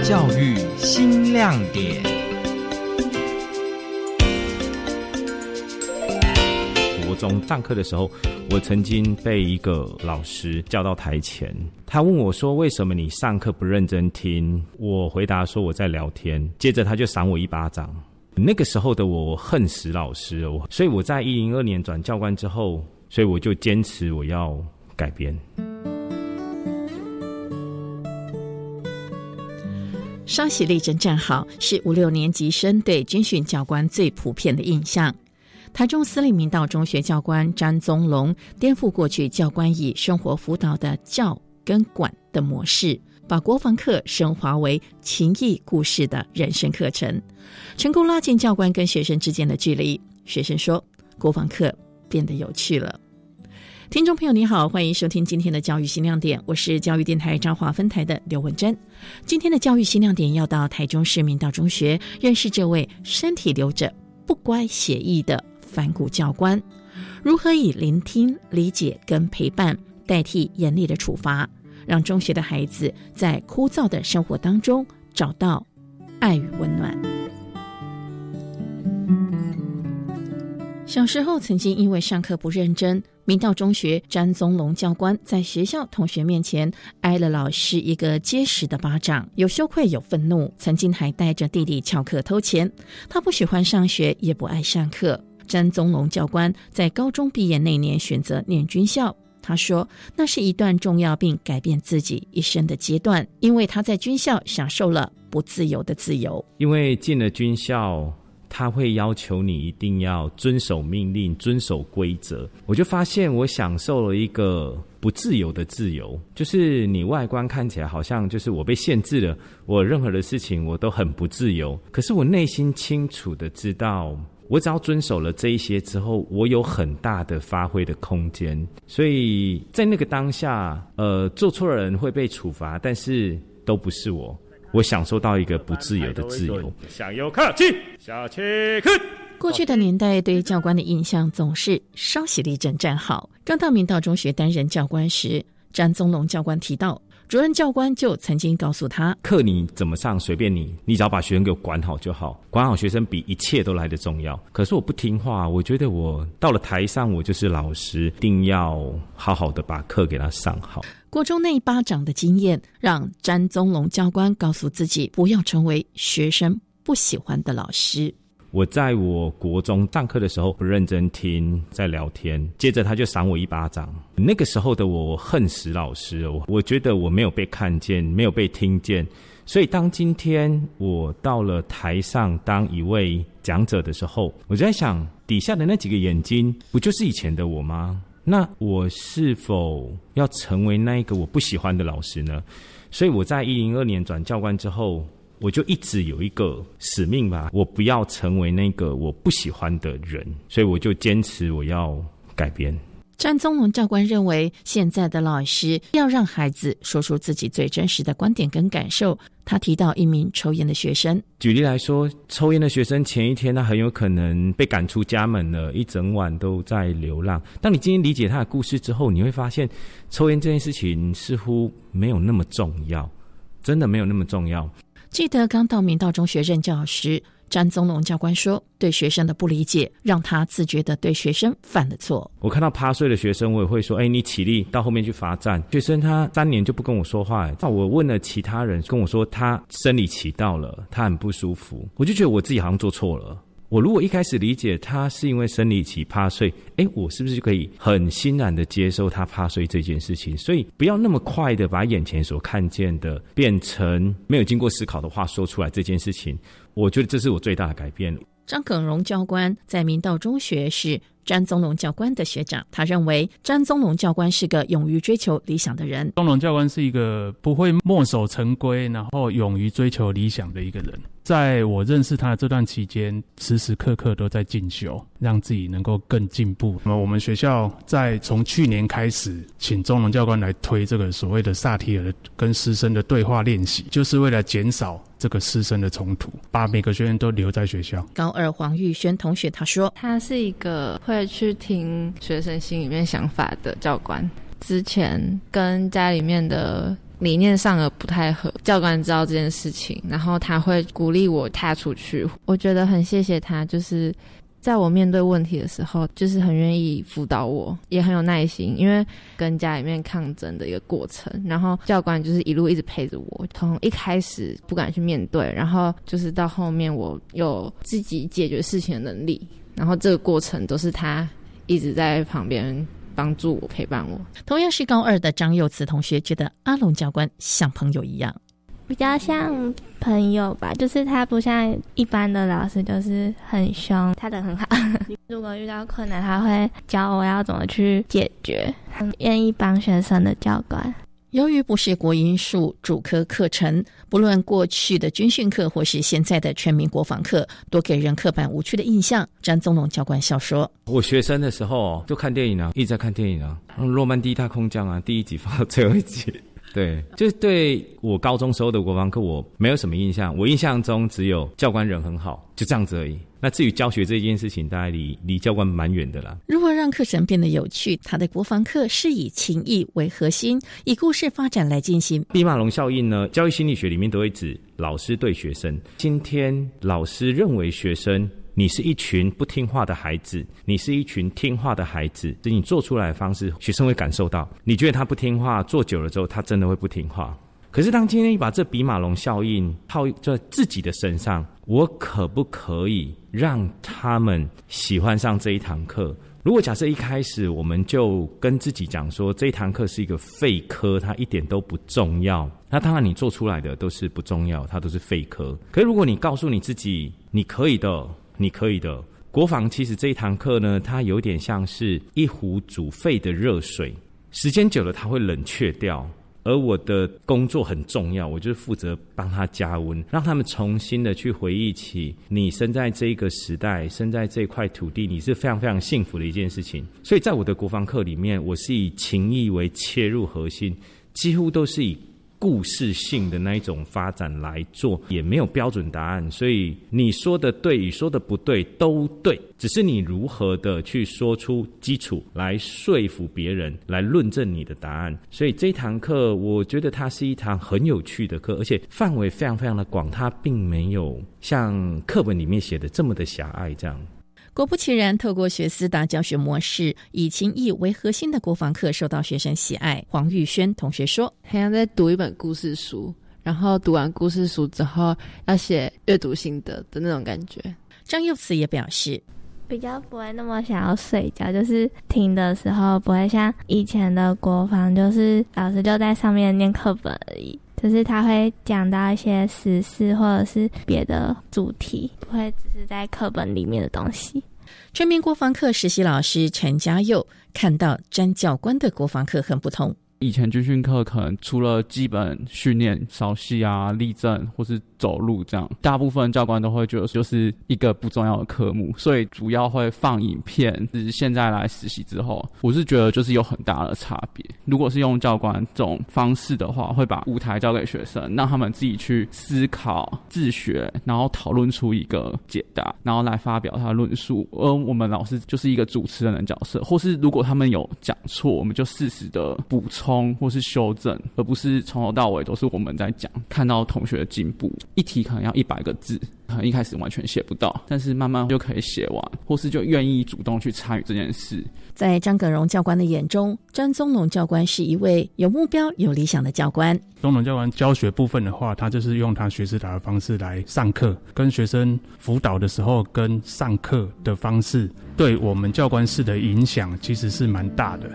教育新亮点。 国中上课的时候，我曾经被一个老师叫到台前，他问我说，为什么你上课不认真听？我回答说我在聊天，接着他就赏我一巴掌。那个时候的我恨死老师了，所以我在102年转教官之后，所以我就坚持我要改变。 稍息立正站好是5、6年级生对军训教官最普遍的印象。台中私立明道中学教官詹宗龙颠覆过去教官以生活辅导的教跟管的模式，把国防课升华为情谊故事的人生课程，成功拉近教官跟学生之间的距离。学生说，国防课变得有趣了。听众朋友你好，欢迎收听今天的教育新亮点，我是教育电台彰化分台的刘文珍。今天的教育新亮点要到台中市明道中学认识这位身体流着不乖血意的反骨教官，如何以聆听、理解跟陪伴代替严厉的处罚，让中学的孩子在枯燥的生活当中找到爱与温暖。小时候曾经因为上课不认真，明道中学詹宗龙教官在学校同学面前挨了老师一个结实的巴掌，有羞愧有愤怒，曾经还带着弟弟翘课偷钱。他不喜欢上学，也不爱上课。詹宗龙教官在高中毕业那年选择念军校，他说那是一段重要并改变自己一生的阶段，因为他在军校享受了不自由的自由。 因为进了军校，他会要求你一定要遵守命令，遵守规则。我就发现我享受了一个不自由的自由，就是你外观看起来好像就是我被限制了，我任何的事情我都很不自由，可是我内心清楚的知道，我只要遵守了这一些之后，我有很大的发挥的空间。所以在那个当下，做错的人会被处罚，但是都不是我。我享受到一个不自由的自由。向右看齐，下去看。 过去的年代对教官的印象总是稍息立正站好。刚到明道中学担任教官时，詹宗龙教官提到，主任教官就曾经告诉他， 课你怎么上随便你，你只要把学生给我管好就好，管好学生比一切都来得重要。可是我不听话，我觉得我到了台上，我就是老师，一定要好好的把课给他上好。 国中那一巴掌的经验，让詹宗龙教官告诉自己，不要成为学生不喜欢的老师。 我在我国中上课的时候不认真听，在聊天，接着他就赏我一巴掌。那个时候的我恨死老师了，我觉得我没有被看见，没有被听见。所以当今天我到了台上当一位讲者的时候，我就在想，底下的那几个眼睛不就是以前的我吗？那我是否要成为那一个我不喜欢的老师呢？所以我在102年转教官之后，我就一直有一个使命吧，我不要成为那个我不喜欢的人，所以我就坚持我要改变。 詹宗龙教官认为，现在的老师要让孩子说出自己最真实的观点跟感受。他提到一名抽烟的学生， 举例来说，抽烟的学生前一天他很有可能被赶出家门了，一整晚都在流浪。当你今天理解他的故事之后，你会发现抽烟这件事情似乎没有那么重要，真的没有那么重要。 记得刚到明道中学任教时，詹宗龙教官说，对学生的不理解让他自觉地对学生犯了错。 我看到趴睡的学生，我也会说，你起立到后面去罚站。学生他3年就不跟我说话，那我问了其他人，跟我说他生理期到了，他很不舒服。我就觉得我自己好像做错了。我如果一开始理解他是因为生理期趴睡，我是不是就可以很欣然的接受他趴睡这件事情？所以不要那么快的把眼前所看见的变成没有经过思考的话说出来这件事情，我觉得这是我最大的改变。 张耿荣教官在明道中学是詹宗龙教官的学长，他认为詹宗龙教官是个勇于追求理想的人。 宗龙教官是一个不会墨守成规，然后勇于追求理想的一个人。在我认识他的这段期间，时时刻刻都在进修，让自己能够更进步。那么我们学校在从去年开始，请宗龙教官来推这个所谓的萨提尔跟师生的对话练习，就是为了减少这个师生的冲突，把每个学员都留在学校。 高2黄玉轩同学他说， 他是一个会去听学生心里面想法的教官。之前跟家里面的理念上的不太合，教官知道这件事情，然后他会鼓励我踏出去。我觉得很谢谢他，就是在我面对问题的时候，就是很愿意辅导我，也很有耐心，因为跟家里面抗争的一个过程，然后教官就是一路一直陪着我，从一开始不敢去面对，然后就是到后面我有自己解决事情的能力，然后这个过程都是他一直在旁边帮助我陪伴我。 同样是高2的张佑慈同学觉得阿龙教官像朋友一样， 比较像朋友吧，就是他不像一般的老师就是很凶，他人很好如果遇到困难他会教我要怎么去解决，很愿意帮学生的教官。 由于不是国英数主科课程，不论过去的军训课或是现在的全民国防课，都给人刻板无趣的印象。詹宗龙教官笑说， 我学生的时候就看电影啊，一直在看电影啊，诺曼底大空降啊，第一集放到最后一集。对，就是对我高中时候的国防课我没有什么印象，我印象中只有教官人很好，就这样子而已。那至于教学这件事情，大概离教官蛮远的啦。 如何让课程变得有趣？他的国防课是以情谊为核心，以故事发展来进行。 毕马龙效应呢，教育心理学里面都会指老师对学生。今天老师认为学生你是一群不听话的孩子，你是一群听话的孩子，你做出来的方式学生会感受到，你觉得他不听话，做久了之后他真的会不听话。可是当今天你把这比马龙效应套在自己的身上，我可不可以让他们喜欢上这一堂课？如果假设一开始我们就跟自己讲说这一堂课是一个废科，它一点都不重要，那当然你做出来的都是不重要，它都是废科。可是如果你告诉你自己你可以的，你可以的，国防其实这一堂课呢，它有点像是一壶煮沸的热水，时间久了它会冷却掉，而我的工作很重要，我就是负责帮他加温，让他们重新的去回忆起你生在这个时代，生在这块土地，你是非常非常幸福的一件事情。所以在我的国防课里面，我是以情谊为切入核心，几乎都是以故事性的那一种发展来做，也没有标准答案，所以你说的对与说的不对都对，只是你如何的去说出基础来说服别人，来论证你的答案。所以这一堂课我觉得它是一堂很有趣的课，而且范围非常非常的广，它并没有像课本里面写的这么的狭隘这样。 果不其然，透过学思达教学模式，以情谊为核心的国防课受到学生喜爱。黄玉轩同学说， 好像在读一本故事书，然后读完故事书之后要写阅读心得的那种感觉。 张佑慈也表示， 比较不会那么想要睡觉，就是听的时候不会像以前的国防，就是老师就在上面念课本而已，就是他会讲到一些时事或者是别的主题，不会只是在课本里面的东西。 全民国防课实习老师陈家佑看到詹教官的国防课很不同。 以前军训课可能除了基本训练扫隙啊、立正或是走路这样，大部分教官都会觉得就是一个不重要的科目，所以主要会放影片。只是现在来实习之后，我是觉得就是有很大的差别。如果是用教官这种方式的话，会把舞台交给学生，让他们自己去思考、自学，然后讨论出一个解答，然后来发表他的论述。而我们老师就是一个主持人的角色，或是如果他们有讲错，我们就适时的补充或是修正，而不是从头到尾都是我们在讲。看到同学的进步，一题可能要100个字，可能一开始完全写不到，但是慢慢就可以写完，或是就愿意主动去参与这件事。 在张耿荣教官的眼中，詹宗龙教官是一位有目标、有理想的教官。 宗龙教官教学部分的话，他就是用他学思达的方式来上课，跟学生辅导的时候跟上课的方式，对我们教官室的影响其实是蛮大的。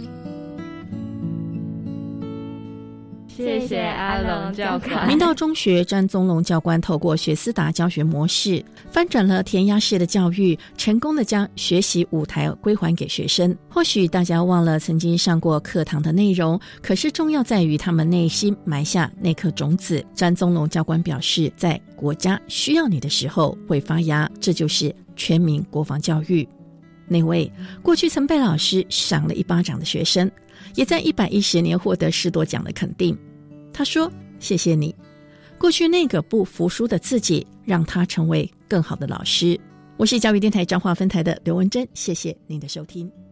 谢谢阿龙教官。 明道中学詹宗龙教官透过学思达教学模式，翻转了填鸭式的教育，成功的将学习舞台归还给学生。或许大家忘了曾经上过课堂的内容，可是重要在于他们内心埋下那颗种子。詹宗龙教官表示，在国家需要你的时候会发芽，这就是全民国防教育。那位过去曾被老师赏了一巴掌的学生，也在110年获得10多奖的肯定。他说，谢谢你，过去那个不服输的自己，让他成为更好的老师。我是教育电台彰化分台的刘文珍，谢谢您的收听。